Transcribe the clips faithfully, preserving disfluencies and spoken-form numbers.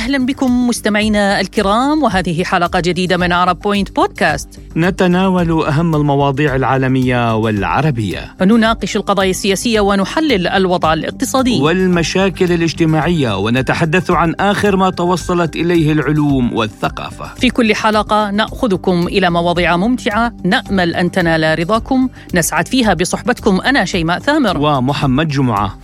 أهلا بكم مستمعينا الكرام، وهذه حلقة جديدة من عرب بوينت بودكاست. نتناول أهم المواضيع العالمية والعربية، نناقش القضايا السياسية ونحلل الوضع الاقتصادي والمشاكل الاجتماعية، ونتحدث عن آخر ما توصلت إليه العلوم والثقافة. في كل حلقة نأخذكم إلى مواضيع ممتعة نأمل أن تنال رضاكم، نسعد فيها بصحبتكم. أنا شيماء ثامر ومحمد جمعة.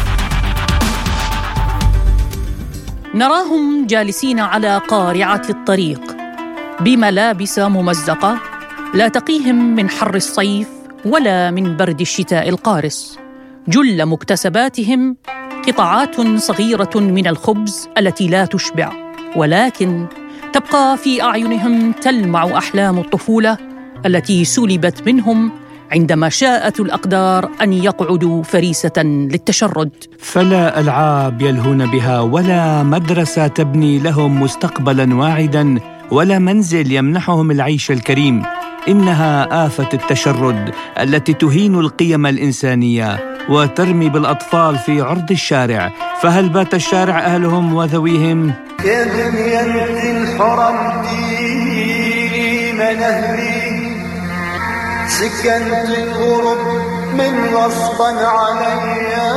نراهم جالسين على قارعة الطريق بملابس ممزقة لا تقيهم من حر الصيف ولا من برد الشتاء القارس. جل مكتسباتهم قطعات صغيرة من الخبز التي لا تشبع، ولكن تبقى في أعينهم تلمع أحلام الطفولة التي سلبت منهم عندما شاءت الأقدار أن يقعدوا فريسة للتشرد. فلا ألعاب يلهون بها، ولا مدرسة تبني لهم مستقبلا واعدا، ولا منزل يمنحهم العيش الكريم. إنها آفة التشرد التي تهين القيم الإنسانية وترمي بالأطفال في عرض الشارع. فهل بات الشارع أهلهم وذويهم؟ يا دنيا الحرم ديني من أهلي، سكنت الغرب من غصبا عليا،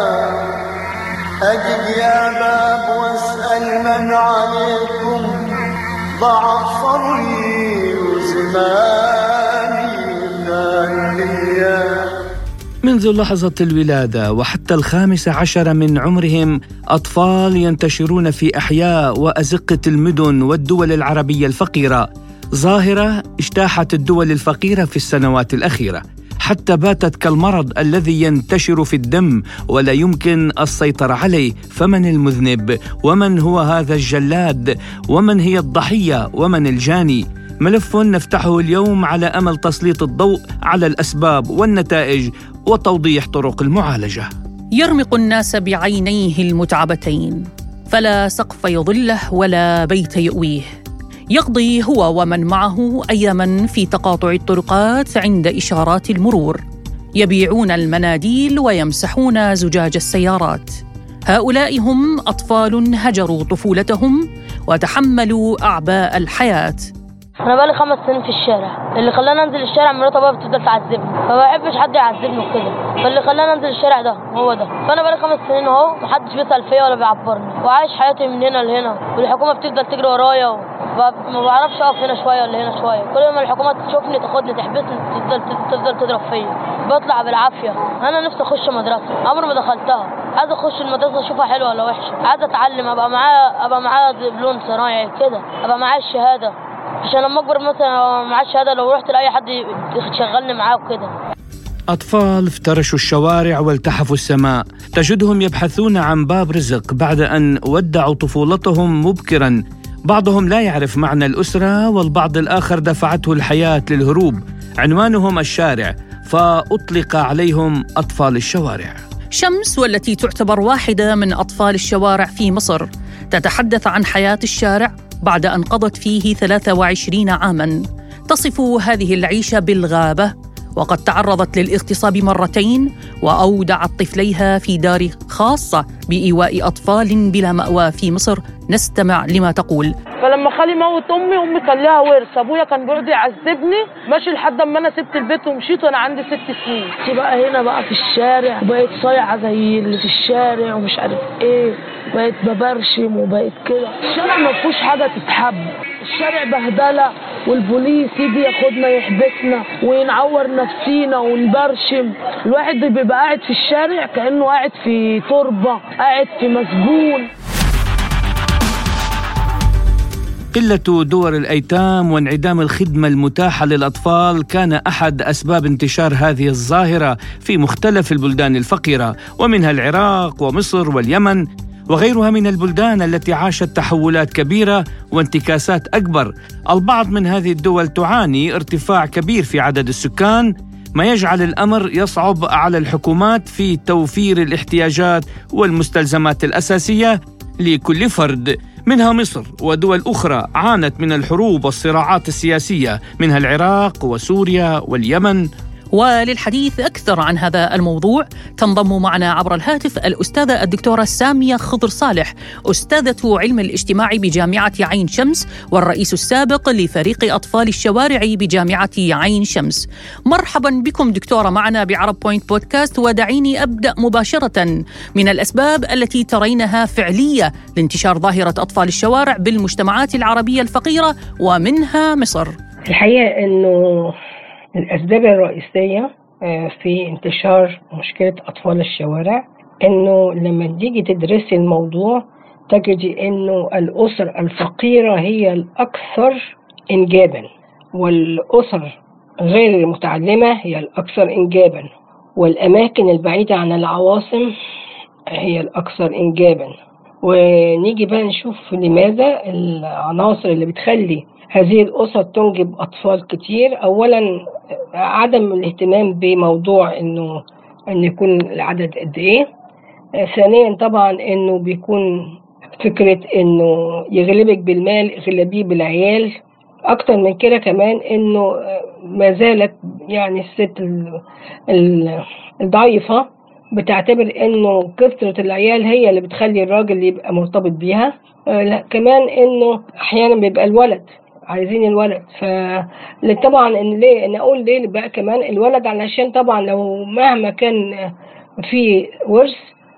أجد يا باب واسأل من عليكم، ضاع صبري وزماني ليا. منذ لحظة الولادة وحتى الخامس عشر من عمرهم أطفال ينتشرون في أحياء وأزقة المدن والدول العربية الفقيرة، ظاهرة اجتاحت الدول الفقيرة في السنوات الأخيرة، حتى باتت كالمرض الذي ينتشر في الدم ولا يمكن السيطرة عليه. فمن المذنب؟ ومن هو هذا الجلاد؟ ومن هي الضحية؟ ومن الجاني؟ ملف نفتحه اليوم على أمل تسليط الضوء على الأسباب والنتائج وتوضيح طرق المعالجة. يرمق الناس بعينيه المتعبتين، فلا سقف يظله ولا بيت يؤويه. يقضي هو ومن معه أياماً في تقاطع الطرقات عند إشارات المرور، يبيعون المناديل ويمسحون زجاج السيارات. هؤلاء هم أطفال هجروا طفولتهم وتحملوا أعباء الحياة. أنا بقالي خمس سنين في الشارع، اللي خلاني أنزل الشارع مراتي بقى بتفضل تعذبني، فما بحبش حد يعذبني وكده، فاللي خلاني أنزل الشارع ده هو ده. فأنا بقالي خمس سنين أهو، محدش بيسأل فيا ولا بيعبرني، وعايش حياتي من هنا لهنا، والحكومة بتفضل تجري ورايا، وما بعرفش أقف هنا شوية ولا هنا شوية. كل ما الحكومة تشوفني تاخدني تحبسني، تفضل تفضل تضرب فيا، بطلع بالعافية. أنا نفسي أخش مدرسة، عمري ما دخلتها، عايز أخش المدرسة أشوفها حلوة ولا وحشة، عايز أتعلم، أبقى معايا أبقى معايا دبلوم صنايعي كده، أبقى معايا الشهادة، عشان لما أكبر مثلا معايا الشهادة لو رحت لأي حد يشغلني معاه وكده. أطفال افترشوا الشوارع والتحفوا السماء، تجدهم يبحثون عن باب رزق بعد أن ودعوا طفولتهم مبكرا. بعضهم لا يعرف معنى الأسرة، والبعض الآخر دفعته الحياة للهروب. عنوانهم الشارع، فأطلق عليهم أطفال الشوارع. شمس، والتي تعتبر واحدة من أطفال الشوارع في مصر، تتحدث عن حياة الشارع بعد أن قضت فيه ثلاثة وعشرين عاماً. تصف هذه العيشة بالغابة، وقد تعرضت للاغتصاب مرتين، وأودعت طفليها في دار خاصة بإيواء أطفال بلا مأوى في مصر. نستمع لما تقول. فلما خالي موت أمي، أمي كان لها ورث، أبويا كان بيقعد يعذبني ماشي لحد ما أنا سبت البيت ومشيت وأنا عندي ست سنين. كنت بقى هنا بقى في الشارع، وبقيت صايعة زي اللي في الشارع ومش عارف إيه، بقيت ببرشم وبقيت كده. الشارع ما فيهوش حاجة تتحب، الشارع بهدلة، والبوليس يجي ياخدنا يحبسنا ونعور نفسينا ونبرشم. الواحد بيبقى قاعد في الشارع كأنه قاعد في تربة، قاعد في مسجون. قلة دور الأيتام وانعدام الخدمة المتاحة للأطفال كان أحد أسباب انتشار هذه الظاهرة في مختلف البلدان الفقيرة، ومنها العراق ومصر واليمن وغيرها من البلدان التي عاشت تحولات كبيرة وانتكاسات أكبر. البعض من هذه الدول تعاني ارتفاع كبير في عدد السكان، ما يجعل الأمر يصعب على الحكومات في توفير الاحتياجات والمستلزمات الأساسية لكل فرد. منها مصر ودول أخرى عانت من الحروب والصراعات السياسية، منها العراق وسوريا واليمن. وللحديث أكثر عن هذا الموضوع تنضم معنا عبر الهاتف الأستاذة الدكتورة سامية خضر صالح، أستاذة علم الاجتماع بجامعة عين شمس والرئيس السابق لفريق أطفال الشوارع بجامعة عين شمس. مرحبا بكم دكتورة معنا بعرب بوينت بودكاست، ودعيني أبدأ مباشرة من الأسباب التي ترينها فعلية لانتشار ظاهرة أطفال الشوارع بالمجتمعات العربية الفقيرة ومنها مصر. الحقيقة أنه الأسباب الرئيسية في انتشار مشكلة أطفال الشوارع أنه لما تيجي تدرسي الموضوع تجدي أنه الأسر الفقيرة هي الأكثر إنجابا، والأسر غير المتعلمة هي الأكثر إنجابا، والأماكن البعيدة عن العواصم هي الأكثر إنجابا. ونيجي بقى نشوف لماذا العناصر اللي بتخلي هذه الأسر تنجب أطفال كتير. أولا عدم الاهتمام بموضوع إنه إن يكون العدد قد إيه. ثانيا طبعا إنه بيكون فكرة إنه يغلبك بالمال يغلبيه بالعيال. أكتر من كده كمان إنه ما زالت يعني الست الضعيفة بتعتبر إنه كثرة العيال هي اللي بتخلي الراجل يبقى مرتبط بيها. لا كمان إنه أحيانا بيبقى الولد عايزين الولد. فطبعا إن ليه أنا أقول ليه بقى كمان الولد، علشان طبعا لو مهما كان في ورث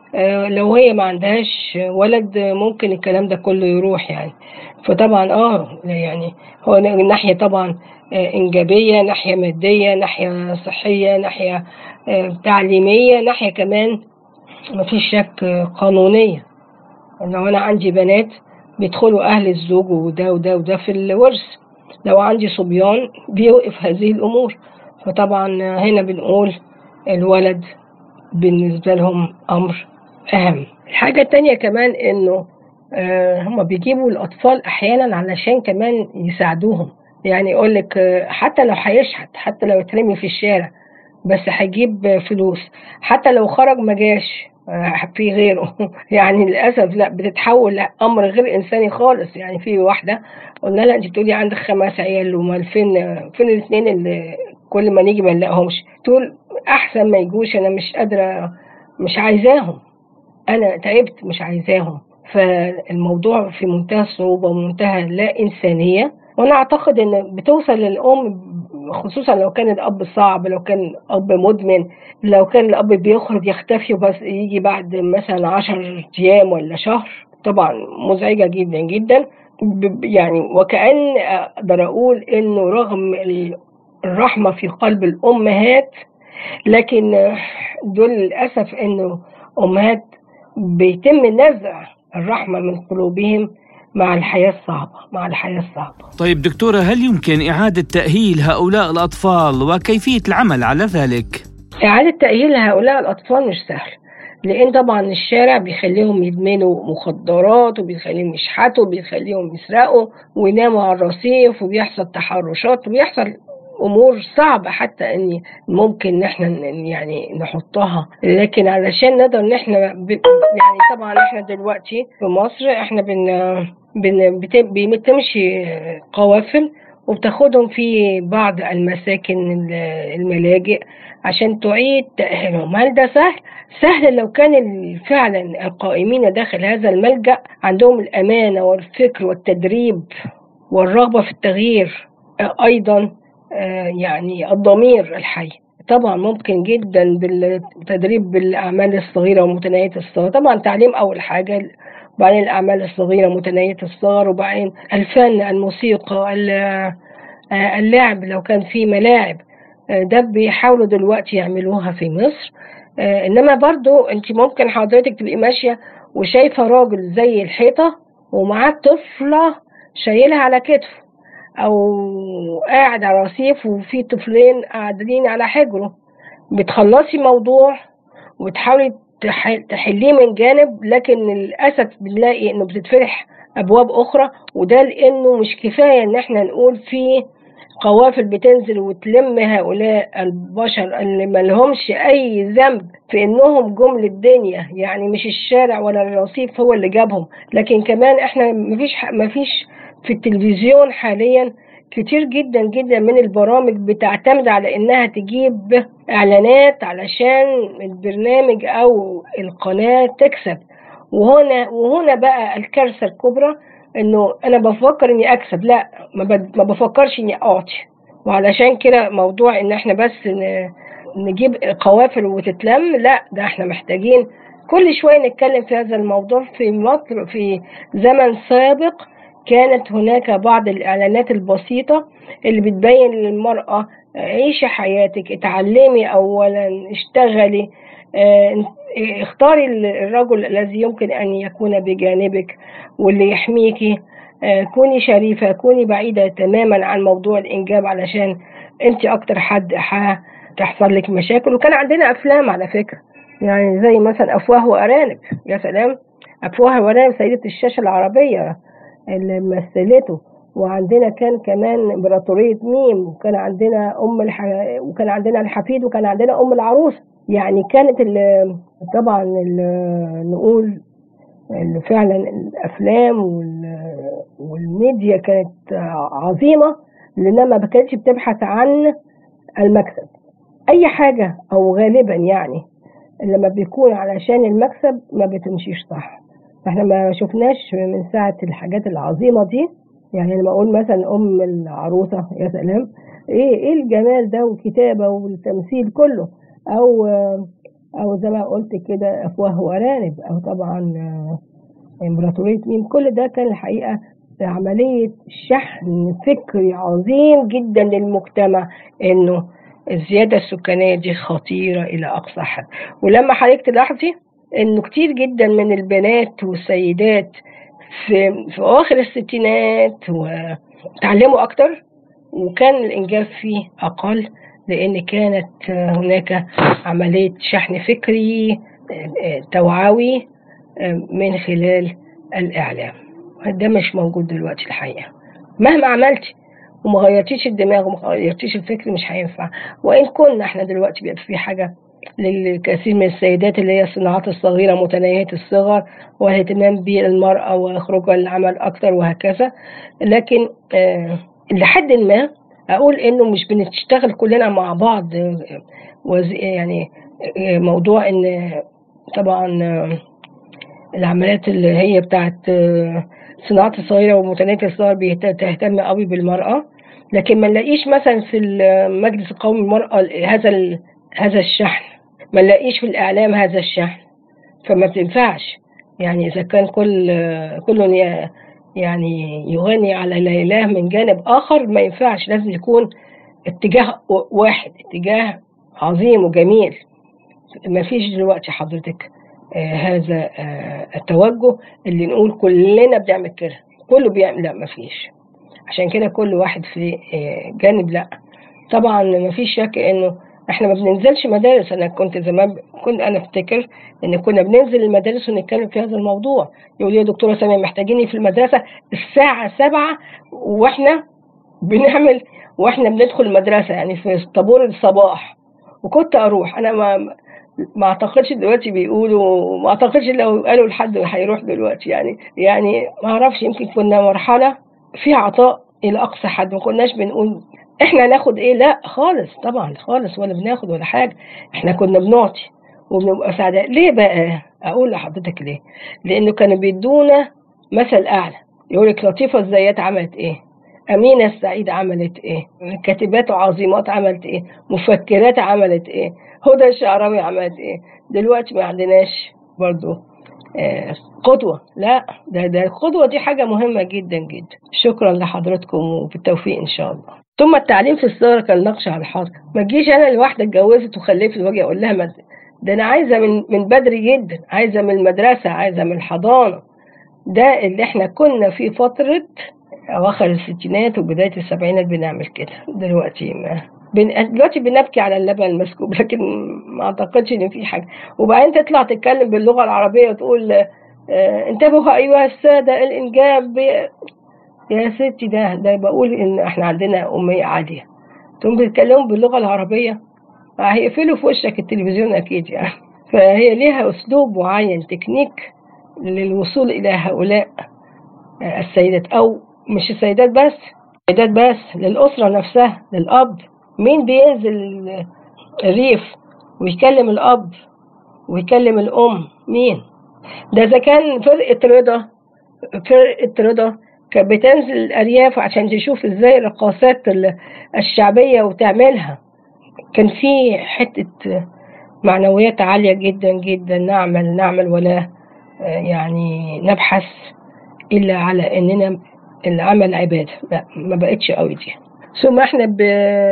لو هي ما عندهاش ولد ممكن الكلام ده كله يروح يعني. فطبعا اه يعني هو ناحية طبعا إنجابية، ناحية مادية، ناحية صحية، ناحية تعليمية، ناحية كمان ما فيش شك قانونية. لو أنا عندي بنات بيدخلوا أهل الزوج وده وده وده في الورث، لو عندي صبيان بيوقف هذه الأمور. فطبعا هنا بنقول الولد بالنسبة لهم أمر أهم. الحاجة التانية كمان إنه آه هم بيجيبوا الأطفال أحيانا علشان كمان يساعدوهم. يعني يقولك آه حتى لو هيشحت، حتى لو يترمي في الشارع بس هيجيب فلوس، حتى لو خرج مجاش آه في غيره يعني للأسف لا بتتحول لأمر غير إنساني خالص. يعني في واحدة قلنا لها أنت بتقولي عندك خمس عيال ومال فين فين الاثنين اللي كل ما نيجي ما نلاقيهمش؟ تقول أحسن ما يجوش، أنا مش قادرة مش عايزاهم، أنا تعبت مش عايزاهم. فالموضوع في منتهى الصعوبة ومنتهى لا إنسانية. وأنا أعتقد أن بتوصل للأم خصوصا لو كان الأب صعب، لو كان أب مدمن، لو كان الأب بيخرج يختفي وبس يجي بعد مثلا عشر أيام ولا شهر، طبعا مزعجة جدا جدا. يعني وكأن أقدر أقول أنه رغم الرحمة في قلب الأمهات لكن دول للأسف أنه أمهات بيتم نزع الرحمة من قلوبهم مع الحياة الصعبة مع الحياة الصعبة. طيب دكتورة، هل يمكن إعادة تأهيل هؤلاء الأطفال وكيفية العمل على ذلك؟ إعادة تأهيل هؤلاء الأطفال مش سهل، لأن طبعا الشارع بيخليهم يدمنوا مخدرات وبيخليهم يشحتوا وبيخليهم يسرقوا ويناموا على الرصيف وبيحصل تحرشات وبيحصل أمور صعبة حتى أني ممكن نحن يعني نحطها. لكن علشان نقدر نحن يعني طبعا احنا دلوقتي في مصر احنا بن بن بتمشي قوافل وبتاخدهم في بعض المساكن الملاجئ عشان تعيد تأهيلهم. هل ده سهل؟ سهل لو كان فعلا القائمين داخل هذا الملجأ عندهم الأمانة والفكر والتدريب والرغبة في التغيير، أيضا يعني الضمير الحي. طبعا ممكن جدا بالتدريب بالأعمال الصغيرة ومتناهية الصغر، طبعا تعليم أول حاجة، وبعدين الأعمال الصغيرة متناهية الصغر، وبعدين الفن، الموسيقى، اللعب لو كان في ملاعب. ده بيحاولوا دلوقتي يعملوها في مصر. إنما برضو أنت ممكن حضرتك تبقي ماشية وشايفة راجل زي الحيطة ومعاه طفلة شايلها على كتفه، أو قاعد على رصيف وفي طفلين قاعدين على حجره. بتخلصي موضوع وتحاولي تحليه من جانب، لكن للأسف بنلاقي إنه بتتفتح أبواب أخرى. وده لأنه مش كفاية إن احنا نقول في قوافل بتنزل وتلم هؤلاء البشر اللي ما لهمش أي ذنب في إنهم جم للدنيا. يعني مش الشارع ولا الرصيف هو اللي جابهم، لكن كمان احنا مفيش مفيش في التلفزيون حاليا كتير جدا جدا من البرامج بتعتمد على انها تجيب اعلانات علشان البرنامج او القناة تكسب. وهنا وهنا بقى الكارثة الكبرى، انه انا بفكر اني اكسب، لا ما بفكرش اني اعطي. وعلشان كده موضوع ان احنا بس نجيب قوافل وتتلم، لا ده احنا محتاجين كل شوية نتكلم في هذا الموضوع. في مصر في زمن سابق كانت هناك بعض الإعلانات البسيطة اللي بتبين للمرأة عيشي حياتك، اتعلمي أولا، اشتغلي، اه اختاري الرجل الذي يمكن أن يكون بجانبك واللي يحميكي، اه كوني شريفة، كوني بعيدة تماما عن موضوع الإنجاب علشان انت أكتر حد هتحصل لك مشاكل. وكان عندنا أفلام على فكرة، يعني زي مثلا أفواه وأرانب، يا سلام، أفواه وأرانب سيدة الشاشة العربية اللي مثلته. وعندنا كان كمان إمبراطورية ميم، وكان عندنا أم الح... وكان عندنا الحفيد، وكان عندنا أم العروس. يعني كانت ال... طبعا ال... نقول ال... فعلا الأفلام وال... والميديا كانت عظيمة، لأنها ما كانتش بتبحث عن المكسب أي حاجة، أو غالبا يعني لما بيكون علشان المكسب ما بتمشيش صح. احنا ما شفناش من ساعة الحاجات العظيمة دي. يعني لما اقول مثلا ام العروسة، يا سلام، ايه ايه الجمال ده، والكتابة والتمثيل كله، او او زي ما قلت كده افواه وارانب، او طبعا امبراطورية ميم. كل ده كان الحقيقة عملية شحن فكري عظيم جدا للمجتمع، انه الزيادة السكانية دي خطيرة إلى أقصى حد. ولما حضرتك تلاحظي إنه كتير جدا من البنات والسيدات في, في أواخر الستينات وتعلموا أكتر، وكان الإنجاب فيه أقل، لأن كانت هناك عملية شحن فكري توعوي من خلال الإعلام. ده مش موجود دلوقتي الحقيقة. مهما عملتي وما غيرتيش الدماغ وما غيرتيش الفكر مش هينفع. وإن كنا احنا دلوقتي بيبقى في حاجة للكثير من السيدات اللي هي الصناعات الصغيرة متناهية الصغر، والاهتمام بالمرأة وخروجها للعمل أكتر وهكذا. لكن آه لحد ما أقول إنه مش بنشتغل كلنا مع بعض. يعني موضوع إن طبعا العمليات اللي هي بتاعت الصناعات الصغيرة ومتناهية الصغر بتهتم قوي بالمرأة، لكن ما نلاقيش مثلا في المجلس القومي للمرأة هذا هذا الشحن، ما نلاقيش في الإعلام هذا الشحن. فما بتنفعش. يعني إذا كان كل كل يعني يغني على لا إله من جانب آخر، ما ينفعش. لازم يكون اتجاه واحد، اتجاه عظيم وجميل. ما فيش دلوقتي حضرتك آه هذا آه التوجه اللي نقول كلنا بنعمل كده، كله بيعمل، لا ما فيش. عشان كده كل واحد في آه جانب. لا طبعا ما فيش شك انه احنا ما بننزلش مدارس. انا كنت زمان كنت انا افتكر ان كنا بننزل المدارس ونتكلم في هذا الموضوع. يقول لي يا دكتوره ساميه محتاجيني في المدرسه الساعه سبعة، واحنا بنعمل واحنا بندخل المدرسه يعني في طابور الصباح، وكنت اروح. انا ما ما اعتقدش دلوقتي بيقولوا، ما اعتقدش لو قالوا لحد هيروح دلوقتي. يعني يعني ما اعرفش، يمكن كنا مرحله فيها عطاء الى اقصى حد، ما كناش بنقول احنا ناخد ايه، لا خالص طبعا خالص، ولا بناخد ولا حاجه. احنا كنا بنعطي وبنبقى سعداء. ليه بقى؟ اقول لحضرتك ليه. لانه كانوا بيدونا مثل اعلى. يقول لك لطيفه الزيات عملت ايه، امينه السعيد عملت ايه، كاتبات وعظيمات عملت ايه، مفكرات عملت ايه، هدى الشعراوي عملت ايه. دلوقتي ما عندناش برضو آه قدوه. لا ده ده القدوه دي حاجه مهمه جدا جدا. شكرا لحضراتكم وبالتوفيق ان شاء الله. ثم التعليم في الصغر كالنقش على الحاضر. ما تجيش انا لواحده اتجوزت وخلفت واجي اقول لها ما ده انا عايزه من من بدري جدا، عايزه من المدرسه، عايزه من الحضانه. ده اللي احنا كنا في فتره اواخر الستينات وبدايه السبعينات بنعمل كده. دلوقتي ما بن... دلوقتي بنبكي على اللبن المسكوب، لكن ما اعتقدش ان في حاجه. وبعدين تطلع تتكلم باللغه العربيه وتقول اه انتبهوا ايها الساده الانجاب ب... يا ستي ده ده بقول ان احنا عندنا اميه عاليه، انتم بتتكلموا باللغه العربيه هيقفلوا في وشك التلفزيون اكيد يعني. فهي ليها اسلوب معين، تكنيك للوصول الى هؤلاء السيدات، او مش السيدات بس، ده بس للأسرة نفسها، للأب. مين بينزل الريف ويكلم الأب ويكلم الأم؟ مين؟ ده إذا كان فرقة رضا فرقة رضا كانت بتنزل الأرياف عشان تشوف إزاي الرقصات الشعبية وتعملها. كان في حتة معنويات عالية جدا جدا. نعمل نعمل ولا يعني نبحث إلا على إننا العمل عبادة. لا، ما بقتش قوي دي. ثم احنا ب...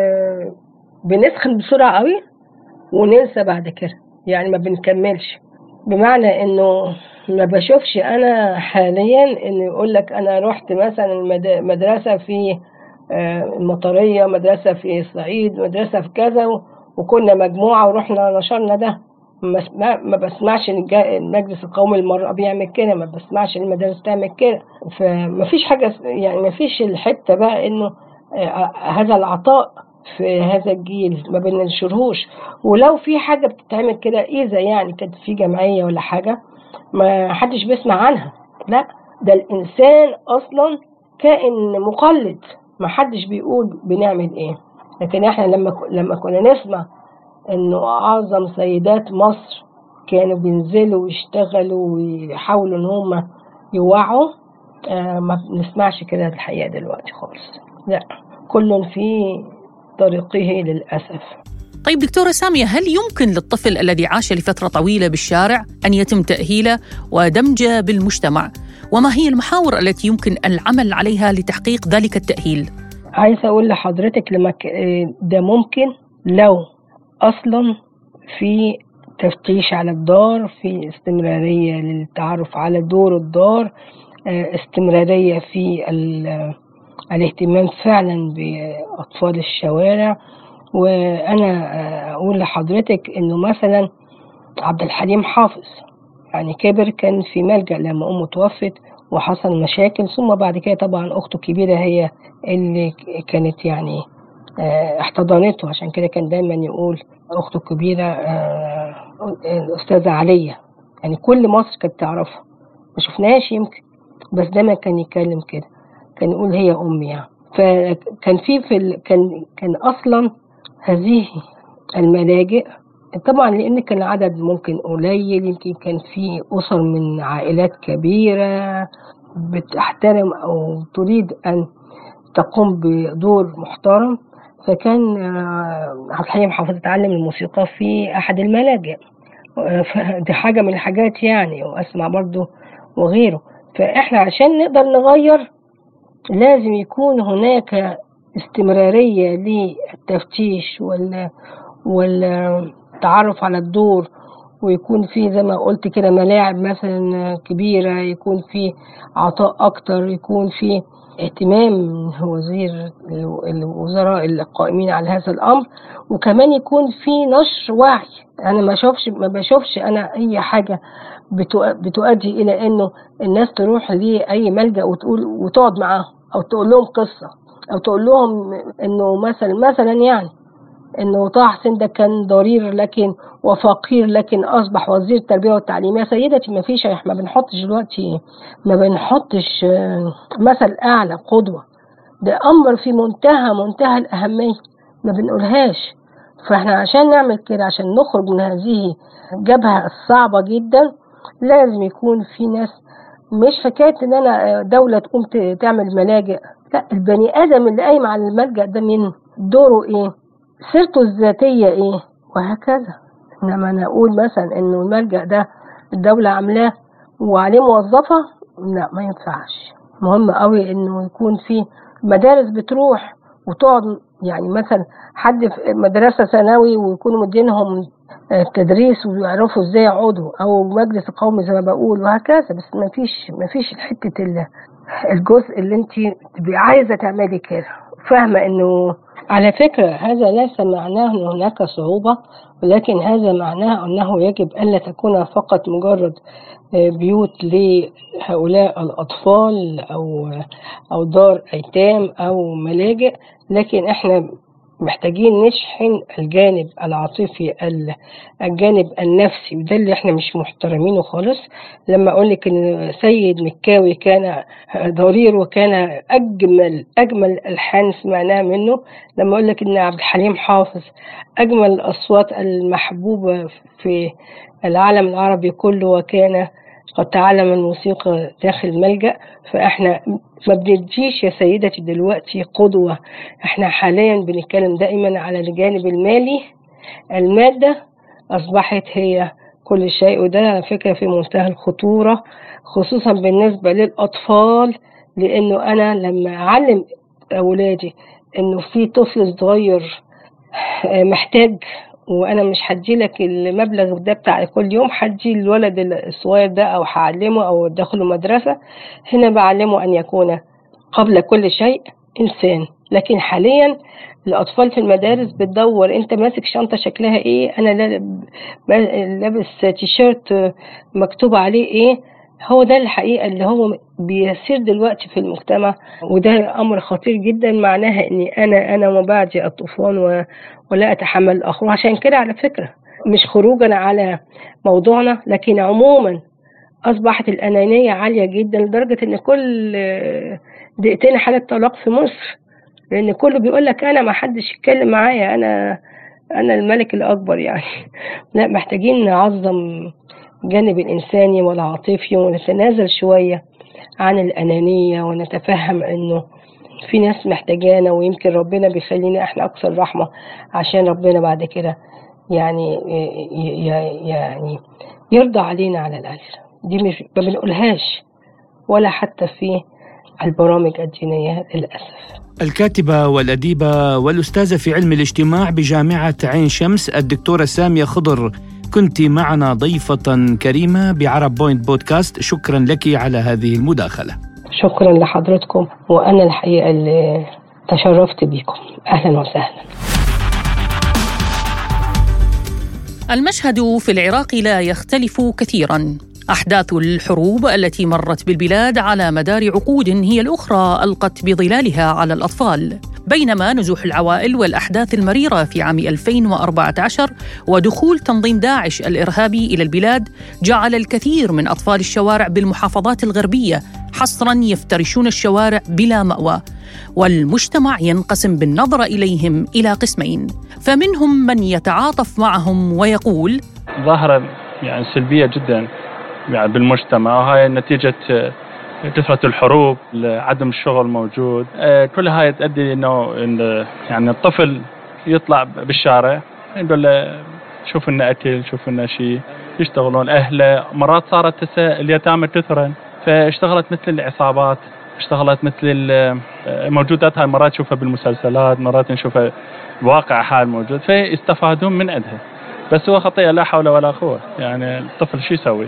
بنسخن بسرعة قوي وننسى بعد كده، يعني ما بنكملش. بمعنى إنه ما بشوفش أنا حاليا إنه يقول لك أنا رحت مثلا مدرسة في المطرية، مدرسة في الصعيد، مدرسة في كذا، وكنا مجموعة ورحنا نشرنا ده. ما بسمعش المجلس القومي للمرأة بيعمل كده، ما بسمعش المدارس تعمل كده. فما فيش حاجة، يعني ما فيش الحتة بقى إنه هذا العطاء في هذا الجيل ما بننشرهوش. ولو في حاجة بتتعمل كده، إذا يعني كانت في جمعية ولا حاجة، ما حدش بيسمع عنها. لا، ده الإنسان أصلا كائن مقلد، ما حدش بيقول بنعمل إيه. لكن إحنا لما لما كنا نسمع إنه أعظم سيدات مصر كانوا بينزلوا ويشتغلوا ويحاولوا إن هم يوعوا، آه ما بنسمعش كده الحقيقة دلوقتي خالص. لا، كل في طريقه للأسف. طيب دكتورة سامية، هل يمكن للطفل الذي عاش لفترة طويلة بالشارع أن يتم تأهيله ودمجه بالمجتمع؟ وما هي المحاور التي يمكن العمل عليها لتحقيق ذلك التأهيل؟ عايزة أقول لحضرتك لما ده ممكن لو أصلا في تفتيش على الدار، في استمرارية للتعرف على دور الدار، استمرارية في الاهتمام فعلا بأطفال الشوارع. وأنا أقول لحضرتك إنه مثلا عبد الحليم حافظ يعني كبر، كان في ملجأ لما أمه توفت وحصل مشاكل، ثم بعد كده طبعا أخته الكبيرة هي اللي كانت يعني احتضنته. عشان كده كان دايما يقول أخته الكبيرة الأستاذة علية، يعني كل مصر كانت تعرفها، ما شفناهاش يمكن، بس دايما كان يتكلم كده، كان يقول هي أمي يعني. فكان في في ال... كان كان أصلا هذه الملاجئ طبعا لأن كان العدد ممكن قليل، يمكن كان في أسر من عائلات كبيرة بتحترم أو تريد أن تقوم بدور محترم. فكان عبد الحليم حافظ اتعلم الموسيقى في أحد الملاجئ، دي حاجة من الحاجات يعني، وأسمع برضو وغيره. فإحنا عشان نقدر نغير لازم يكون هناك استمرارية للتفتيش وال والتعرف على الدور، ويكون في زي ما قلت كده ملاعب مثلا كبيرة، يكون في عطاء أكتر، يكون في اهتمام من وزير الوزراء القائمين على هذا الأمر، وكمان يكون في نشر وعي. أنا ما شوفش ما بشوفش أنا أي حاجة بتؤدي إلى إنه الناس تروح لأي ملجأ وتقول وتقعد معاهم أو تقول لهم قصة أو تقول لهم إنه مثلا مثلا يعني إنه طه حسين ده كان ضرير لكن وفقير لكن أصبح وزير التربية والتعليم. يا سيدتي ما فيش، ما بنحطش دلوقتي ما بنحطش مثل أعلى قدوة، ده أمر في منتهى منتهى الأهمية ما بنقولهاش. فإحنا عشان نعمل كده، عشان نخرج من هذه الجبهة الصعبة جدا، لازم يكون في ناس، مش حكاية إن أنا دولة تقوم تعمل ملاجئ، لا، البني آدم اللي قايم على الملجأ ده من دوره إيه، سيرته الذاتية إيه، وهكذا. إنما أنا أقول مثلا إنه الملجأ ده الدولة عاملاه وعليه موظفة، لا ما ينفعش. مهم قوي إنه يكون في مدارس بتروح وتقعد، يعني مثلا حد في مدرسة ثانوي ويكونوا مدينهم تدريس ويعرفوا ازاي يقعدوا، او مجلس القومي زي ما بقول، وهكذا. بس ما فيش ما فيش حته الجزء اللي انت تبقي عايزه تعملي كده، فاهمه انه على فكره هذا ليس معناه ان هناك صعوبه، ولكن هذا معناه انه يجب الا تكون فقط مجرد بيوت لهؤلاء الاطفال او او دار ايتام او ملاجئ، لكن احنا محتاجين نشحن الجانب العاطفي الجانب النفسي، وده اللي احنا مش محترمينه خالص. لما اقولك ان سيد مكاوي كان ضرير وكان اجمل اجمل الحان سمعناها منه، لما اقولك ان عبد الحليم حافظ اجمل الاصوات المحبوبة في العالم العربي كله وكان قد تعلم الموسيقى داخل ملجأ، فاحنا ما بنديش يا سيدتي دلوقتي قدوة. احنا حاليا بنتكلم دائما على الجانب المالي. المادة أصبحت هي كل شيء، وده فكرة في منتهى الخطورة خصوصا بالنسبة للأطفال، لأنه أنا لما أعلم أولادي أنه في طفل صغير محتاج، وانا مش هديلك المبلغ ده بتاع كل يوم، هدي الولد الصغير ده او هعلمه او ادخله مدرسة، هنا بعلمه ان يكون قبل كل شيء انسان. لكن حاليا الاطفال في المدارس بتدور انت ماسك شنطة شكلها ايه، انا لابس تيشيرت مكتوب عليه ايه. هو ده الحقيقة اللي هو بيسير دلوقتي في المجتمع، وده أمر خطير جدا. معناها أني أنا أنا وبعدي الطوفان و... ولا أتحمل الآخر. عشان كده على فكرة مش خروجا على موضوعنا، لكن عموما أصبحت الأنانية عالية جدا لدرجة أن كل دقيقتين حالة طلاق في مصر، لأن كله بيقول لك أنا ما حدش يتكلم معايا، أنا أنا الملك الأكبر يعني. لا، محتاجين نعظم الجانب الإنساني والعاطفي ونتنازل شوية عن الأنانية، ونتفهم أنه في ناس محتاجانا، ويمكن ربنا بيخلينا احنا أكثر رحمة عشان ربنا بعد كده يعني يعني يرضى علينا على الأقل. دي مش ما بنقولهاش ولا حتى في البرامج الدينية للأسف. الكاتبة والأديبة والأستاذة في علم الاجتماع بجامعة عين شمس الدكتورة سامية خضر، كنت معنا ضيفة كريمة بعرب بوينت بودكاست. شكرا لك على هذه المداخلة. شكرا لحضرتكم، وأنا الحقيقة اللي تشرفت بكم. أهلا وسهلا. المشهد في العراق لا يختلف كثيرا. أحداث الحروب التي مرت بالبلاد على مدار عقود هي الأخرى ألقت بظلالها على الأطفال، بينما نزوح العوائل والأحداث المريرة في عام ألفين وأربعة عشر ودخول تنظيم داعش الإرهابي إلى البلاد جعل الكثير من أطفال الشوارع بالمحافظات الغربية حصراً يفترشون الشوارع بلا مأوى، والمجتمع ينقسم بالنظر إليهم إلى قسمين، فمنهم من يتعاطف معهم ويقول ظاهرة يعني سلبية جداً يعني بالمجتمع، وهي نتيجة كثرة الحروب، عدم الشغل موجود، كل هاي تؤدي انه يعني الطفل يطلع بالشارع يقول له شوف لنا اكل، شوف لنا شيء، يشتغلون اهله. مرات صارت اليتامى كثرا، فاشتغلت مثل العصابات، اشتغلت مثل الموجودات هاي مرات نشوفها بالمسلسلات، مرات نشوفها بواقع حال موجود، فيستفادون من عندها. بس هو خطيئة لا حول ولا قوة، يعني الطفل شو يسوي؟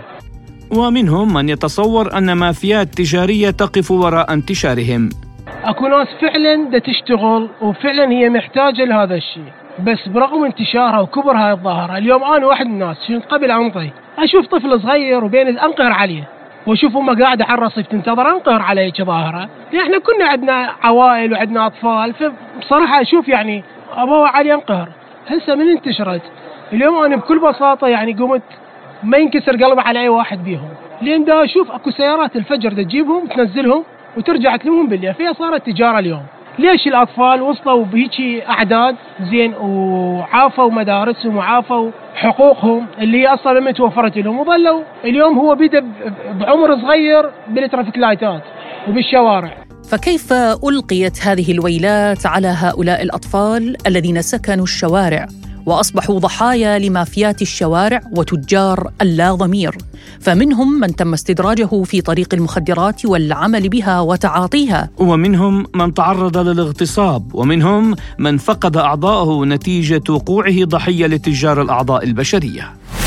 ومنهم من يتصور أن مافيات تجارية تقف وراء انتشارهم. أكو ناس فعلا دا تشتغل وفعلا هي محتاجة لهذا الشيء، بس برغم انتشارها وكبر هاي الظاهرة، اليوم أنا واحد من الناس من قبل أنطي أشوف طفل صغير وبين أنقهر عليه، وأشوف أمه قاعدة على الرصيف تنتظر أنقهر عليه كظاهرة. إحنا كنا عندنا عوائل وعندنا أطفال، فبصراحة أشوف يعني أبوه علي أنقهر. هسه من انتشرت اليوم أنا بكل بساطة يعني قمت ما ينكسر قلبي على أي واحد بيهم، لأن دا أشوف أكو سيارات الفجر دا تجيبهم تنزلهم وترجع تلمهم بالليل، فيها صارت تجارة اليوم. ليش الأطفال وصلوا بهيجي أعداد زين وعافوا مدارسهم وعافوا حقوقهم اللي هي أصلا لم توفرت لهم، وظلوا اليوم هو بدأ بعمر صغير بالترافيك لايتات وبالشوارع. فكيف ألقيت هذه الويلات على هؤلاء الأطفال الذين سكنوا الشوارع وأصبحوا ضحايا لمافيات الشوارع وتجار اللا ضمير؟ فمنهم من تم استدراجه في طريق المخدرات والعمل بها وتعاطيها، ومنهم من تعرض للاغتصاب، ومنهم من فقد أعضاءه نتيجة وقوعه ضحية لتجار الأعضاء البشرية.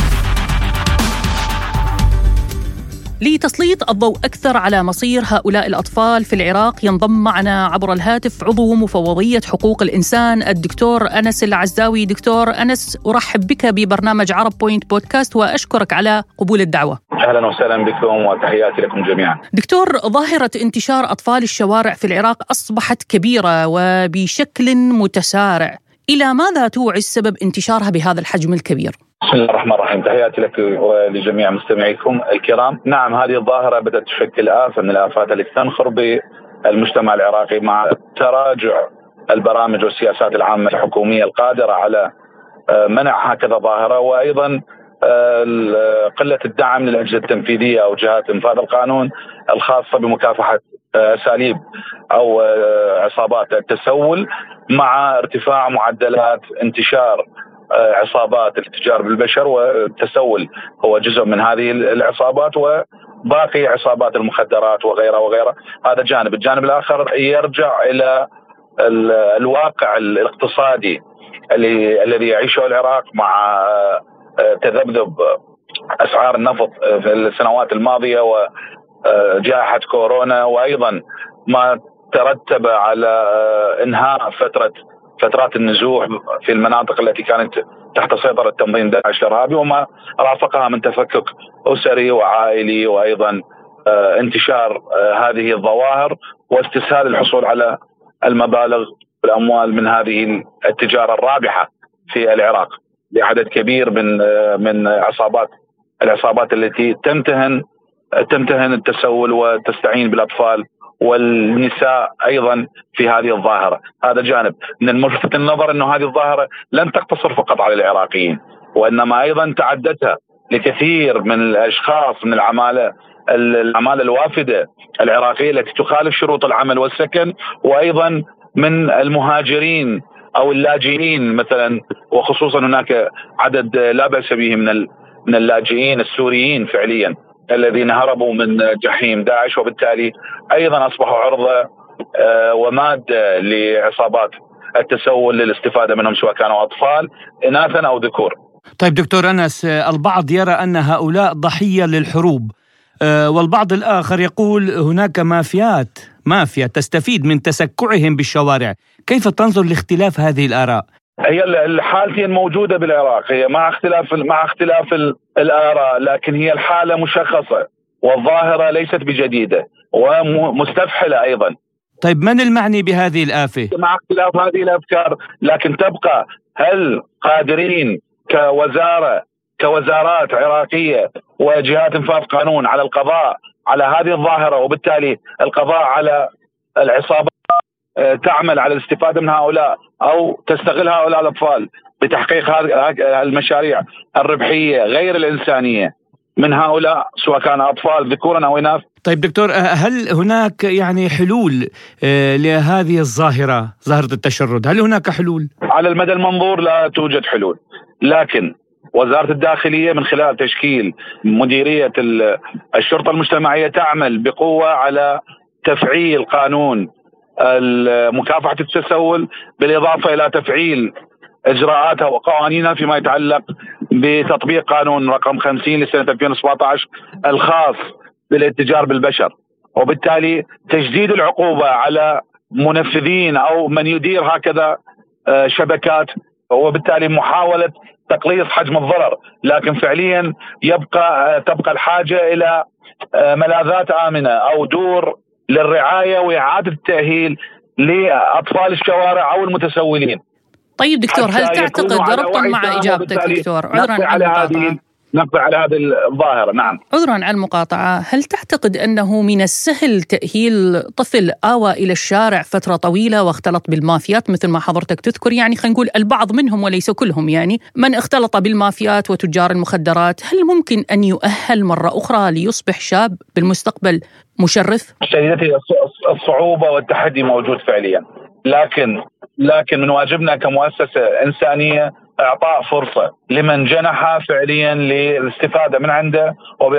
لتسليط الضوء أكثر على مصير هؤلاء الأطفال في العراق ينضم معنا عبر الهاتف عضو مفوضية حقوق الإنسان الدكتور أنس العزاوي. دكتور أنس، أرحب بك ببرنامج عرب بوينت بودكاست وأشكرك على قبول الدعوة. أهلا وسهلا بكم وتحياتي لكم جميعا. دكتور، ظاهرة انتشار أطفال الشوارع في العراق أصبحت كبيرة وبشكل متسارع، إلى ماذا توعي السبب انتشارها بهذا الحجم الكبير؟ بسم الله الرحمن الرحيم، تحياتي لك ولجميع مستمعيكم الكرام. نعم، هذه الظاهرة بدأت تشكل آفة من الآفات التي تنخر بالمجتمع العراقي مع تراجع البرامج والسياسات العامة الحكومية القادرة على منع هكذا ظاهرة، وأيضا قلة الدعم للأجهزة التنفيذية أو جهات إنفاذ القانون الخاصة بمكافحة أساليب أو عصابات التسول، مع ارتفاع معدلات انتشار عصابات الاتجار بالبشر، والتسول هو جزء من هذه العصابات، وباقي عصابات المخدرات وغيرها وغيرها. هذا جانب. الجانب الآخر يرجع إلى الواقع الاقتصادي الذي يعيشه العراق مع تذبذب أسعار النفط في السنوات الماضية وجائحة كورونا، وأيضا ما ترتب على إنهاء فترة فترات النزوح في المناطق التي كانت تحت سيطرة تنظيم داعش الإرهابي، وما رافقها من تفكك أسري وعائلي، وأيضا انتشار هذه الظواهر واستسهال الحصول على المبالغ والأموال من هذه التجارة الرابحة في العراق لعدد كبير من من عصابات العصابات التي تمتهن تمتهن التسول وتستعين بالأطفال والنساء أيضا في هذه الظاهرة. هذا جانب. من الملفت النظر أنه هذه الظاهرة لن تقتصر فقط على العراقيين، وإنما أيضا تعدتها لكثير من الأشخاص من العمالة العمالة الوافدة العراقية التي تخالف شروط العمل والسكن، وأيضا من المهاجرين أو اللاجئين مثلا، وخصوصا هناك عدد لا بأس به من من اللاجئين السوريين فعليا الذين هربوا من جحيم داعش، وبالتالي أيضا أصبحوا عرضة ومادة لعصابات التسول للاستفادة منهم، سواء كانوا أطفال إناثا أو ذكور. طيب دكتور أنس، البعض يرى أن هؤلاء ضحية للحروب، والبعض الآخر يقول هناك مافيات مافيا تستفيد من تسكعهم بالشوارع. كيف تنظر لاختلاف هذه الآراء؟ هي الحالتين موجودة بالعراق، هي مع اختلاف مع اختلاف الآراء، لكن هي الحالة مشخصة والظاهرة ليست بجديدة ومستفحلة أيضا. طيب من المعني بهذه الآفة؟ مع اختلاف هذه الأفكار، لكن تبقى هل قادرين كوزارة كوزارات عراقية وجهات انفاذ قانون على القضاء على هذه الظاهرة، وبالتالي القضاء على العصابات تعمل على الاستفادة من هؤلاء أو تستغل هؤلاء الأطفال بتحقيق هذه المشاريع الربحية غير الإنسانية من هؤلاء، سواء كان أطفال ذكورا أو إناث؟ طيب دكتور، هل هناك يعني حلول لهذه الظاهرة، ظاهرة التشرد؟ هل هناك حلول؟ على المدى المنظور لا توجد حلول، لكن وزارة الداخلية من خلال تشكيل مديرية الشرطة المجتمعية تعمل بقوة على تفعيل قانون مكافحة التسول، بالإضافة إلى تفعيل إجراءاتها وقوانينها فيما يتعلق بتطبيق قانون رقم خمسين لسنة ألفين وسبعة عشر الخاص بالاتجار بالبشر، وبالتالي تجديد العقوبة على منفذين أو من يدير هكذا شبكات، وبالتالي محاولة تقليص حجم الضرر. لكن فعليا يبقى تبقى الحاجة إلى ملاذات آمنة أو دور للرعاية وإعادة التأهيل لأطفال الشوارع أو المتسولين. طيب دكتور، هل تعتقد ربطا مع إجابتك دكتور عذرا عن المقاطعة نقضي على هذه الظاهرة؟ نعم، عذرا عن المقاطعة، هل تعتقد أنه من السهل تأهيل طفل آوى إلى الشارع فترة طويلة واختلط بالمافيات مثل ما حضرتك تذكر؟ يعني خلينا نقول البعض منهم وليس كلهم، يعني من اختلط بالمافيات وتجار المخدرات، هل ممكن أن يؤهل مرة أخرى ليصبح شاب بالمستقبل مشرف؟ سيدتي، الصعوبة والتحدي موجود فعليا، لكن لكن من واجبنا كمؤسسة إنسانية إعطاء فرصة لمن جنح فعليا للاستفادة من عنده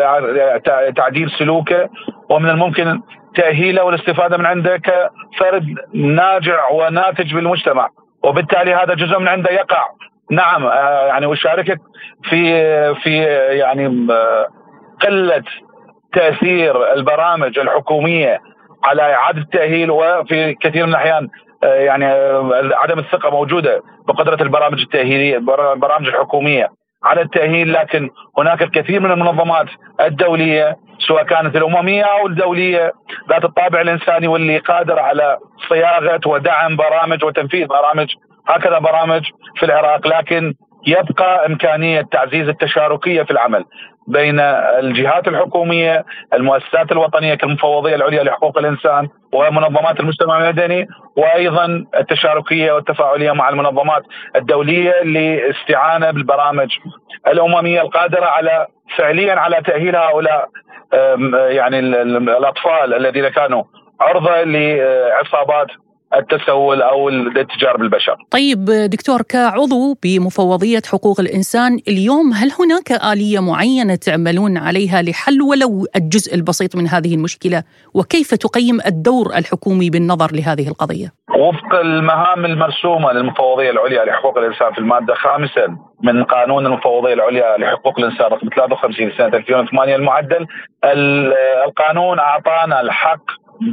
وتعديل سلوكه، ومن الممكن تأهيله والاستفادة من عنده كفرد ناجع وناتج بالمجتمع، وبالتالي هذا جزء من عنده يقع. نعم، يعني وشاركك في في يعني قلة تأثير البرامج الحكومية على إعادة التأهيل، وفي كثير من الأحيان يعني عدم الثقة موجودة بقدرة البرامج التأهيلية البرامج الحكومية على التأهيل. لكن هناك الكثير من المنظمات الدولية سواء كانت الأممية أو الدولية ذات الطابع الإنساني واللي قادرة على صياغة ودعم برامج وتنفيذ برامج هكذا برامج في العراق، لكن يبقى إمكانية تعزيز التشاركية في العمل بين الجهات الحكومية، المؤسسات الوطنية كالمفوضية العليا لحقوق الإنسان ومنظمات المجتمع المدني، وأيضا التشاركية والتفاعلية مع المنظمات الدولية لاستعانة بالبرامج الأممية القادرة على فعليا على تأهيل هؤلاء يعني الأطفال الذين كانوا عرضة لعصابات التسول أو الاتجار بالبشر. طيب دكتور، كعضو بمفوضية حقوق الإنسان اليوم، هل هناك آلية معينة تعملون عليها لحل ولو الجزء البسيط من هذه المشكلة؟ وكيف تقيم الدور الحكومي بالنظر لهذه القضية؟ وفق المهام المرسومة للمفوضية العليا لحقوق الإنسان في المادة الخامسة من قانون المفوضية العليا لحقوق الإنسان رقم ثلاثة وخمسين سنة ألفين وثمانية المعدل، القانون أعطانا الحق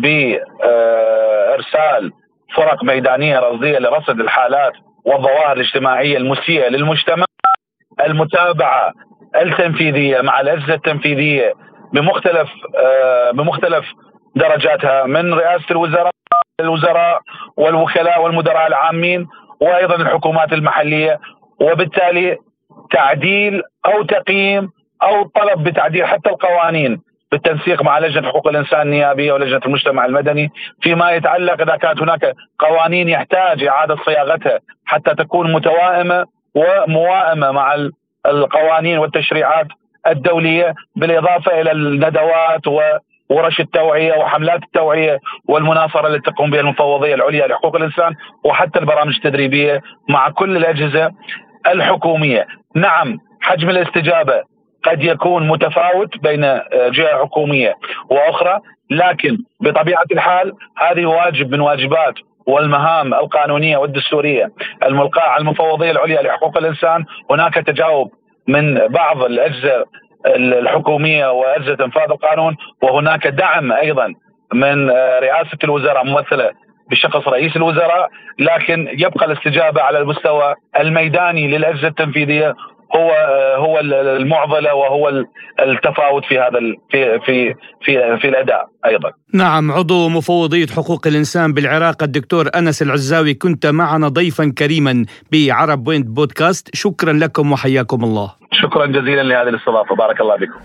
بإرسال فرق ميدانية رصدية لرصد الحالات والظواهر الاجتماعية المسيئة للمجتمع، المتابعة التنفيذية مع الأجهزة التنفيذية بمختلف بمختلف درجاتها من رئاسة الوزراء الوزراء والوكلاء والمدراء العامين وأيضا الحكومات المحلية، وبالتالي تعديل أو تقييم أو طلب بتعديل حتى القوانين بالتنسيق مع لجنة حقوق الإنسان النيابية ولجنة المجتمع المدني فيما يتعلق إذا كانت هناك قوانين يحتاج إعادة صياغتها حتى تكون متوائمة وموائمة مع القوانين والتشريعات الدولية، بالإضافة إلى الندوات وورش التوعية وحملات التوعية والمناصرة التي تقوم بها المفوضية العليا لحقوق الإنسان، وحتى البرامج التدريبية مع كل الأجهزة الحكومية. نعم، حجم الاستجابة قد يكون متفاوت بين جهة حكومية وأخرى، لكن بطبيعة الحال هذه واجب من واجبات والمهام القانونية والدستورية الملقاة على المفوضية العليا لحقوق الإنسان. هناك تجاوب من بعض الأجهزة الحكومية وأجهزة تنفاذ القانون، وهناك دعم أيضا من رئاسة الوزراء ممثلة بشخص رئيس الوزراء، لكن يبقى الاستجابة على المستوى الميداني للأجهزة التنفيذية هو هو المعضلة وهو التفاوت في هذا في في في في الأداء أيضا. نعم، عضو مفوضية حقوق الإنسان بالعراق الدكتور أنس العزاوي، كنت معنا ضيفا كريما بعرب بوينت بودكاست. شكرا لكم وحياكم الله. شكرا جزيلا لهذه الاستضافة، بارك الله بكم.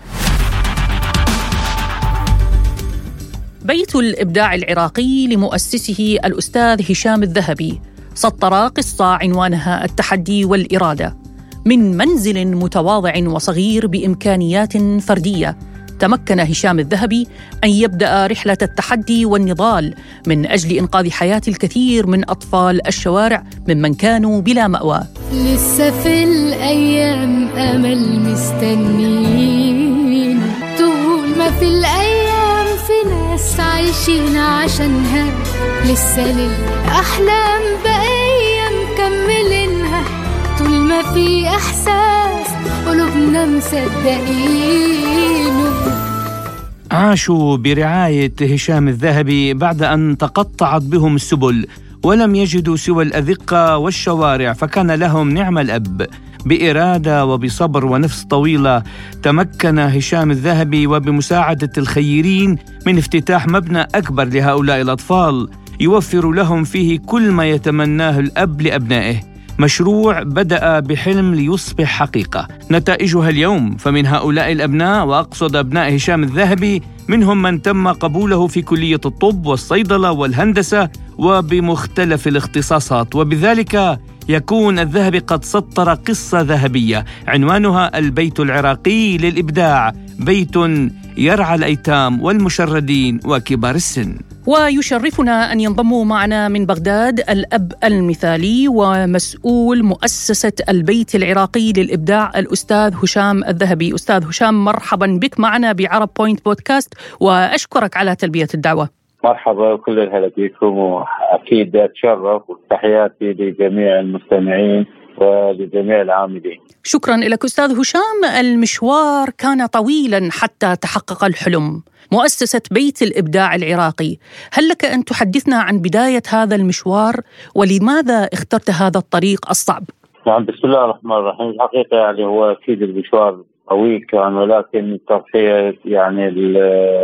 بيت الإبداع العراقي لمؤسسه الأستاذ هشام الذهبي سطر قصة عنوانها التحدي والإرادة. من منزل متواضع وصغير بإمكانيات فردية، تمكن هشام الذهبي أن يبدأ رحلة التحدي والنضال من أجل إنقاذ حياة الكثير من أطفال الشوارع ممن كانوا بلا مأوى. لسه في الأيام أمل مستنين، طول ما في الأيام في ناس عايشين عشانها، لسه للأحلام بقية مكملينها، طول ما في إحساس قلوبنا مصدقينه. عاشوا برعاية هشام الذهبي بعد أن تقطعت بهم السبل ولم يجدوا سوى الأذقة والشوارع، فكان لهم نعم الأب. بإرادة وبصبر ونفس طويلة تمكن هشام الذهبي وبمساعدة الخيرين من افتتاح مبنى أكبر لهؤلاء الأطفال يوفر لهم فيه كل ما يتمناه الأب لأبنائه. مشروع بدأ بحلم ليصبح حقيقة، نتائجها اليوم. فمن هؤلاء الأبناء، وأقصد أبناء هشام الذهبي، منهم من تم قبوله في كلية الطب والصيدلة والهندسة وبمختلف الاختصاصات، وبذلك يكون الذهبي قد سطر قصة ذهبية عنوانها البيت العراقي للإبداع، بيت يرعى الأيتام والمشردين وكبار السن. ويشرفنا أن ينضم معنا من بغداد الأب المثالي ومسؤول مؤسسة البيت العراقي للإبداع الأستاذ هشام الذهبي. أستاذ هشام، مرحبا بك معنا بعرب بوينت بودكاست، وأشكرك على تلبية الدعوة. مرحبا، كل الهلا بكم، وأكيد أتشرف، وتحياتي لجميع المستمعين ولجميع العاملين. شكرا لك أستاذ هشام. المشوار كان طويلا حتى تحقق الحلم، مؤسسة بيت الإبداع العراقي. هل لك أن تحدثنا عن بداية هذا المشوار ولماذا اخترت هذا الطريق الصعب؟ نعم، بسم الله الرحمن الرحيم. الحقيقة يعني هو أكيد المشوار طويل كان، ولكن التضحية يعني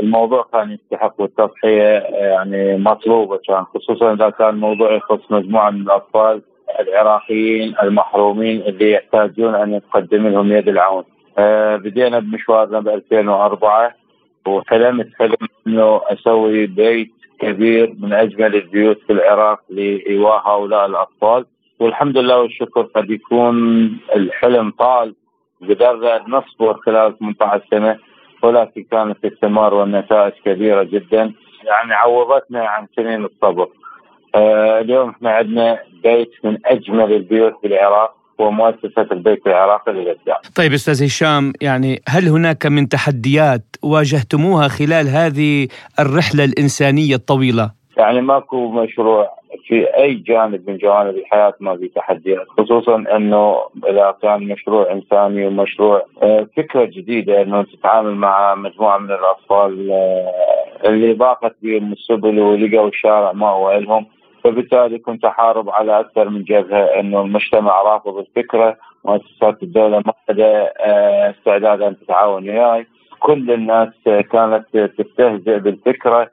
الموضوع كان يستحق والتضحية يعني مطلوبة، كان خصوصا إذا كان موضوع يخص مجموعة من الأطفال العراقيين المحرومين اللي يحتاجون أن يقدم لهم يد العون. أه بدينا بمشوارنا ب ألفين وأربعة، وحلمت حلم إنه أسوي بيت كبير من أجمل البيوت في العراق لإيواء هؤلاء الأطفال، والحمد لله والشكر قد يكون الحلم طال قدرنا نصبر خلال ثمانية عشر سنة، ولكن كانت الثمار والنتائج كبيرة جدا يعني عوضتنا عن سنين الصبر. آه اليوم احنا عندنا بيت من أجمل البيوت في العراق ومؤسسة البيت العراقي للإبداع. طيب أستاذ هشام، يعني هل هناك من تحديات واجهتموها خلال هذه الرحلة الإنسانية الطويلة؟ يعني ماكو مشروع في أي جانب من جوانب الحياة ما في تحديات، خصوصا أنه إذا كان مشروع إنساني ومشروع فكرة جديدة أنه تتعامل مع مجموعة من الأطفال اللي ضاقت بهم السبل ولقوا الشارع ما هو لهم، فبالتالي كنت أحارب على أكثر من جبهة أنه المجتمع رافض الفكرة، مؤسسات الدولة ما لدى استعداد أن تتعاون وياي، كل الناس كانت تستهزئ بالفكرة.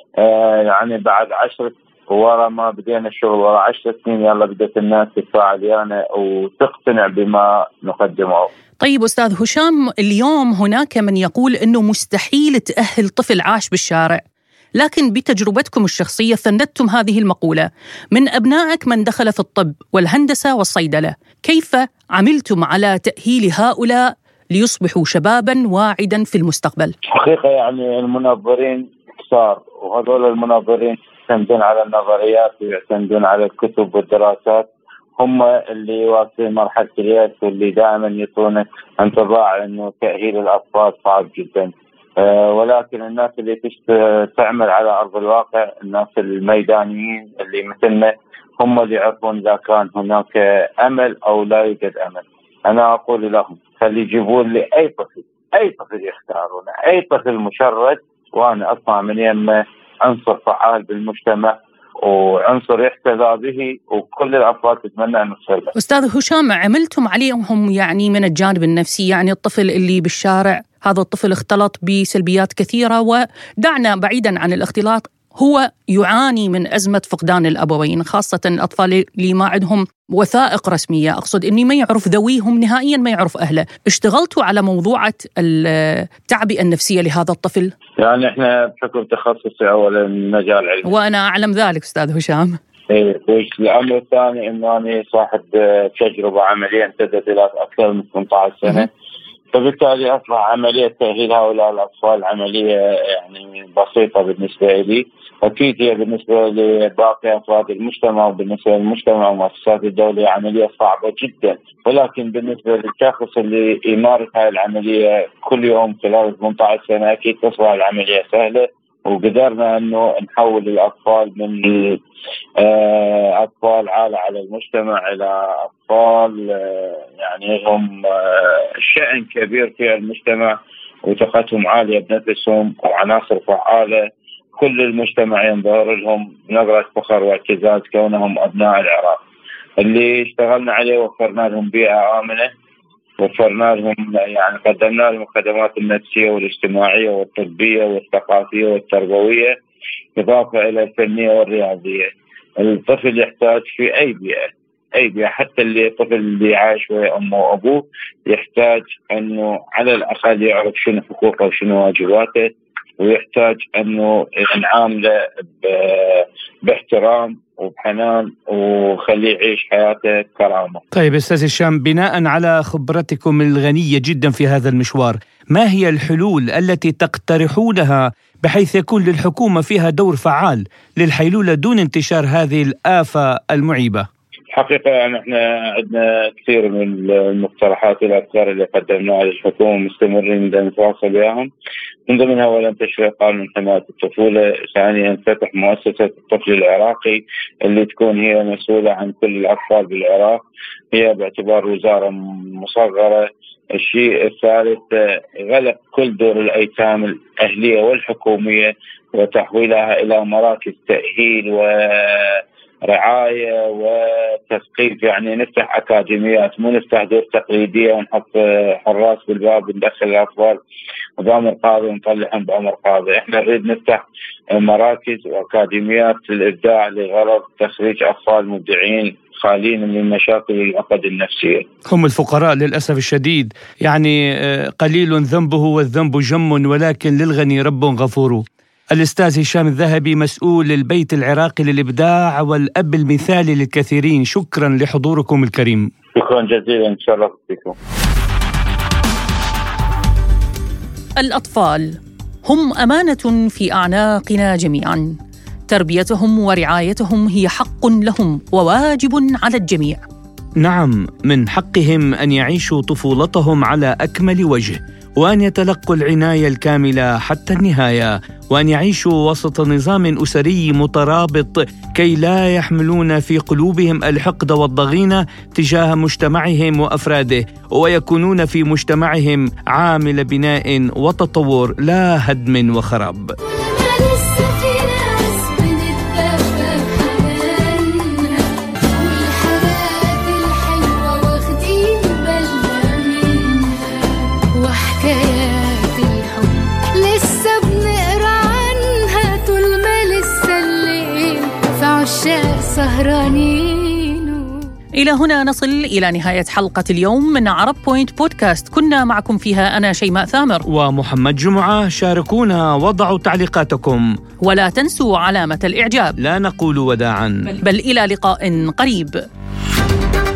يعني بعد عشرة ورا ما بدينا الشغل ورا عشر سنين يلا بدأت الناس تتفاعل ويانا وتقتنع بما نقدمه. طيب أستاذ هشام، اليوم هناك من يقول أنه مستحيل تأهل طفل عاش بالشارع، لكن بتجربتكم الشخصية ثندتم هذه المقولة من أبنائك من دخل في الطب والهندسة والصيدلة، كيف عملتم على تأهيل هؤلاء ليصبحوا شبابا واعدا في المستقبل؟ حقيقة يعني المنظرين كثار، وهذول المنظرين يعتمدون على النظريات ويعتمدون على الكتب والدراسات، هم اللي واصلين مرحلة اليأس واللي دائما يعطونك انطباع انه تأهيل الأطفال صعب جدا. أه ولكن الناس اللي تعمل على أرض الواقع، الناس الميدانيين اللي مثلنا، هم اللي يعرفون إذا كان هناك أمل أو لا يوجد أمل. أنا أقول لهم خلي يجيبون لي أي طفل، أي طفل يختارونه، أي طفل مشرد، وأنا أصنع من يمه عنصر فعال بالمجتمع وعنصر يحتذى به وكل الأطفال تتمنى أن تصير. أستاذ هشام، عملتم عليهم يعني من الجانب النفسي، يعني الطفل اللي بالشارع هذا الطفل اختلط بسلبيات كثيرة، ودعنا بعيدا عن الاختلاط هو يعاني من أزمة فقدان الأبوين، خاصة الأطفال اللي ما عندهم وثائق رسمية، أقصد أني ما يعرف ذويهم نهائيا، ما يعرف أهله. اشتغلتوا على موضوعة التعبئة النفسية لهذا الطفل؟ يعني إحنا بحكم تخصصي أولا مجال علمي، وأنا أعلم ذلك أستاذ هشام. إيه، والأمر الثاني إنه أنا صاحب تجربة عملية امتدت إلى أكثر من ثمانية عشر سنة، فبالتالي أصبح عملية تأهيل هؤلاء الأطفال عملية يعني بسيطة بالنسبة لي. أكيد هي بالنسبة لباقي أفراد المجتمع وبالنسبة للمجتمع ومؤسسات الدولة عملية صعبة جدا، ولكن بالنسبة للشخص اللي يمارس هذه العملية كل يوم خلال ثمانية عشر سنة أكيد تصبح العملية سهلة. وقدرنا أنه نحول الأطفال من أطفال عالة على المجتمع إلى أطفال يعني هم شأن كبير في المجتمع وثقتهم عالية بنفسهم وعناصر فعالة، كل المجتمع ينظر لهم بنظرة فخر واعتزاز كونهم أبناء العراق. اللي اشتغلنا عليه وفرنا لهم بيئة آمنة، وفرنا لهم يعني قدمنا لهم الخدمات النفسية والاجتماعية والطبية والثقافية والتربوية، إضافة إلى الفنية والرياضية. الطفل يحتاج في أي بيئة، أي بيئة، حتى اللي الطفل اللي عايش ويا أمه وأبوه يحتاج أنه على الأقل يعرف شنو حقوقه وشنو واجباته، ويحتاج أنه نعامله باحترام وبحنان وخليه يعيش حياته كرامة. طيب أستاذ هشام، بناء على خبرتكم الغنية جدا في هذا المشوار، ما هي الحلول التي تقترحونها بحيث يكون للحكومة فيها دور فعال للحيلولة دون انتشار هذه الآفة المعيبة؟ حقيقة يعني احنا عندنا كثير من المقترحات والأفكار اللي قدمناها للحكومة، مستمرين نتواصل وياهم. من ضمنها أولا تشريع قانون حماية الطفولة، ثانيا فتح مؤسسة الطفل العراقي اللي تكون هي مسؤولة عن كل الأطفال بالعراق، هي باعتبار وزارة مصغرة. الشيء الثالث غلق كل دور الأيتام الأهلية والحكومية وتحويلها إلى مراكز تأهيل و رعاية وتثقيف، يعني نفتح أكاديميات، مو نفتح دور تقليدية ونحط حراس بالباب وندخل الأطفال بعمر قاضي ونطلعهم بعمر قاضي. احنا نريد نفتح مراكز وأكاديميات للإبداع لغرض تخريج أطفال مبدعين خالين من مشاكل العقد النفسية. هم الفقراء للأسف الشديد، يعني قليل ذنبه والذنب جم ولكن للغني رب غفور. الأستاذ هشام الذهبي، مسؤول البيت العراقي للإبداع والأب المثالي للكثيرين، شكرا لحضوركم الكريم. شكرا جزيلا، تشرفت بكم. الأطفال هم أمانة في أعناقنا جميعا، تربيتهم ورعايتهم هي حق لهم وواجب على الجميع. نعم، من حقهم أن يعيشوا طفولتهم على أكمل وجه، وأن يتلقوا العناية الكاملة حتى النهاية، وأن يعيشوا وسط نظام أسري مترابط كي لا يحملون في قلوبهم الحقد والضغينة تجاه مجتمعهم وأفراده، ويكونون في مجتمعهم عامل بناء وتطور لا هدم وخراب. إلى هنا نصل إلى نهاية حلقة اليوم من عرب بوينت بودكاست. كنا معكم فيها أنا شيماء ثامر ومحمد جمعة. شاركونا وضعوا تعليقاتكم، ولا تنسوا علامة الإعجاب. لا نقول وداعا بل إلى لقاء قريب.